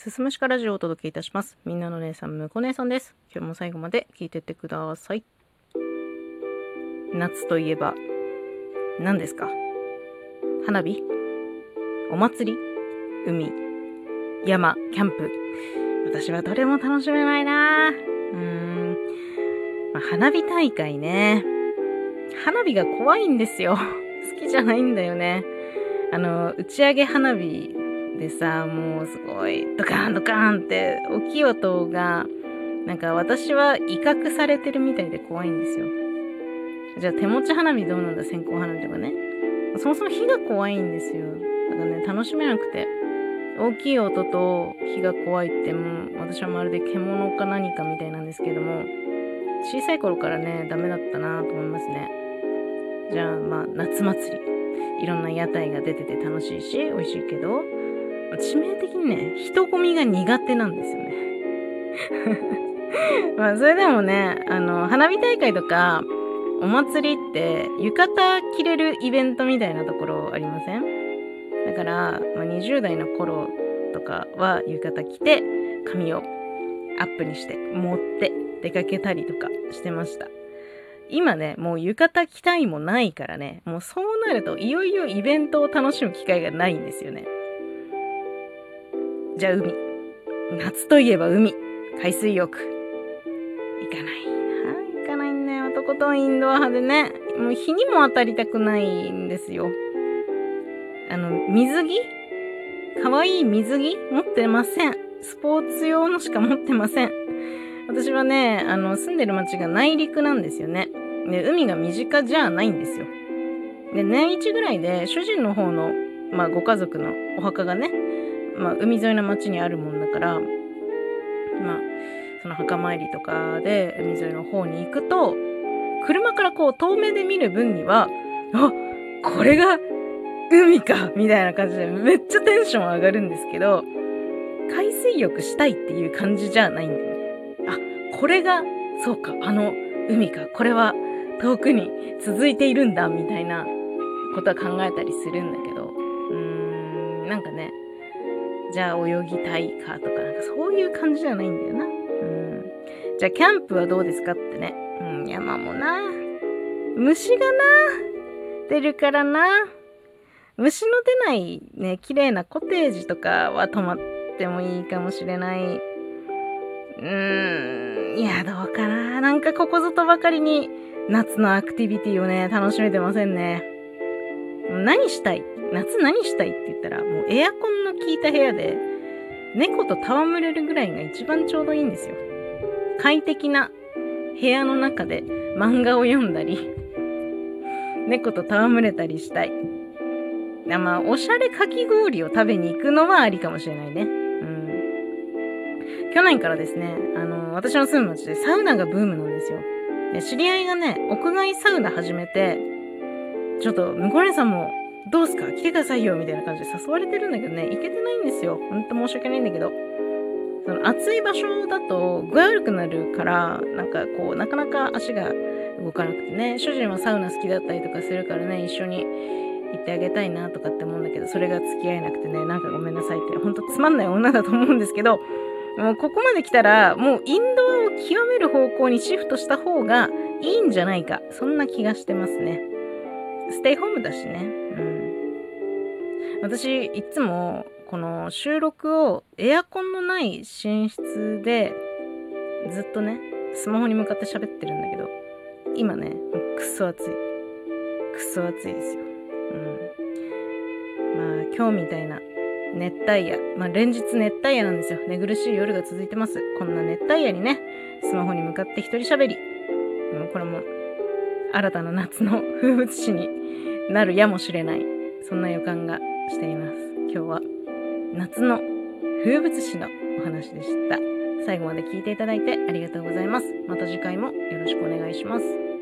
すすむしかラジオをお届けいたします。みんなの姉さん、むこ姉さんです。今日も最後まで聞いてってください。夏といえば何ですか？花火？お祭り？海？山？キャンプ？私はどれも楽しめないな。花火大会ね。花火が怖いんですよ。好きじゃないんだよね。打ち上げ花火でさ、もうすごいドカーンドカーンって大きい音がなんか私は威嚇されてるみたいで怖いんですよ。じゃあ手持ち花火どうなんだ？線香花火とかね。そもそも火が怖いんですよ。だからね、楽しめなくて。大きい音と火が怖いってもう私はまるで獣か何かみたいなんですけども、小さい頃からね、ダメだったなと思いますね。じゃあ夏祭り。いろんな屋台が出てて楽しいし、美味しいけど、致命的にね、人混みが苦手なんですよね。それでもね、花火大会とか、お祭りって、浴衣着れるイベントみたいなところありません？だから、20代の頃とかは浴衣着て、髪をアップにして、持って出かけたりとかしてました。今ね、もう浴衣着たいもないからね、もうそうなるといよいよイベントを楽しむ機会がないんですよね。じゃあ海。夏といえば海。海水浴。行かない。行かないんだよ。とことんインドア派でね。もう日にも当たりたくないんですよ。水着？かわいい水着？持ってません。スポーツ用のしか持ってません。私はね、住んでる町が内陸なんですよね。で、海が身近じゃないんですよ。で、年一ぐらいで、主人の方の、ご家族のお墓がね、海沿いの町にあるもんだから、その墓参りとかで海沿いの方に行くと、車からこう遠目で見る分には、あ、これが海かみたいな感じでめっちゃテンション上がるんですけど、海水浴したいっていう感じじゃないんだよね。これが、そうか、海か、これは遠くに続いているんだみたいなことは考えたりするんだけど、なんかね、じゃあ泳ぎたいかとか、なんかそういう感じじゃないんだよな。じゃあキャンプはどうですかってね。山もな。虫がな、出るからな。虫の出ないね、綺麗なコテージとかは泊まってもいいかもしれない。いや、どうかな。なんかここぞとばかりに夏のアクティビティをね、楽しめてませんね。何したい？夏何したいって言ったら、もうエアコンの効いた部屋で、猫と戯れるぐらいが一番ちょうどいいんですよ。快適な部屋の中で漫画を読んだり、猫と戯れたりしたい。おしゃれかき氷を食べに行くのはありかもしれないね。去年からですね、私の住む町でサウナがブームなんですよ。で、知り合いがね、屋外サウナ始めて、ちょっと、向こう姉さんも、どうすか？来てくださいよみたいな感じで誘われてるんだけどね、行けてないんですよ。ほんと申し訳ないんだけど。その暑い場所だと具合悪くなるから、なんかこう、なかなか足が動かなくてね、主人はサウナ好きだったりとかするからね、一緒に行ってあげたいなとかって思うんだけど、それが付き合えなくてね、なんかごめんなさいって、ほんとつまんない女だと思うんですけど、もうここまで来たら、もうインドアを極める方向にシフトした方がいいんじゃないか。そんな気がしてますね。ステイホームだしね。私、いつも、この収録をエアコンのない寝室で、ずっとね、スマホに向かって喋ってるんだけど、今ね、くっそ暑い。くっそ暑いですよ。今日みたいな熱帯夜。連日熱帯夜なんですよ。寝苦しい夜が続いてます。こんな熱帯夜にね、スマホに向かって一人喋り。これも、新たな夏の風物詩になるやもしれない。そんな予感がしています。今日は、夏の風物詩のお話でした。最後まで聞いていただいてありがとうございます。また次回もよろしくお願いします。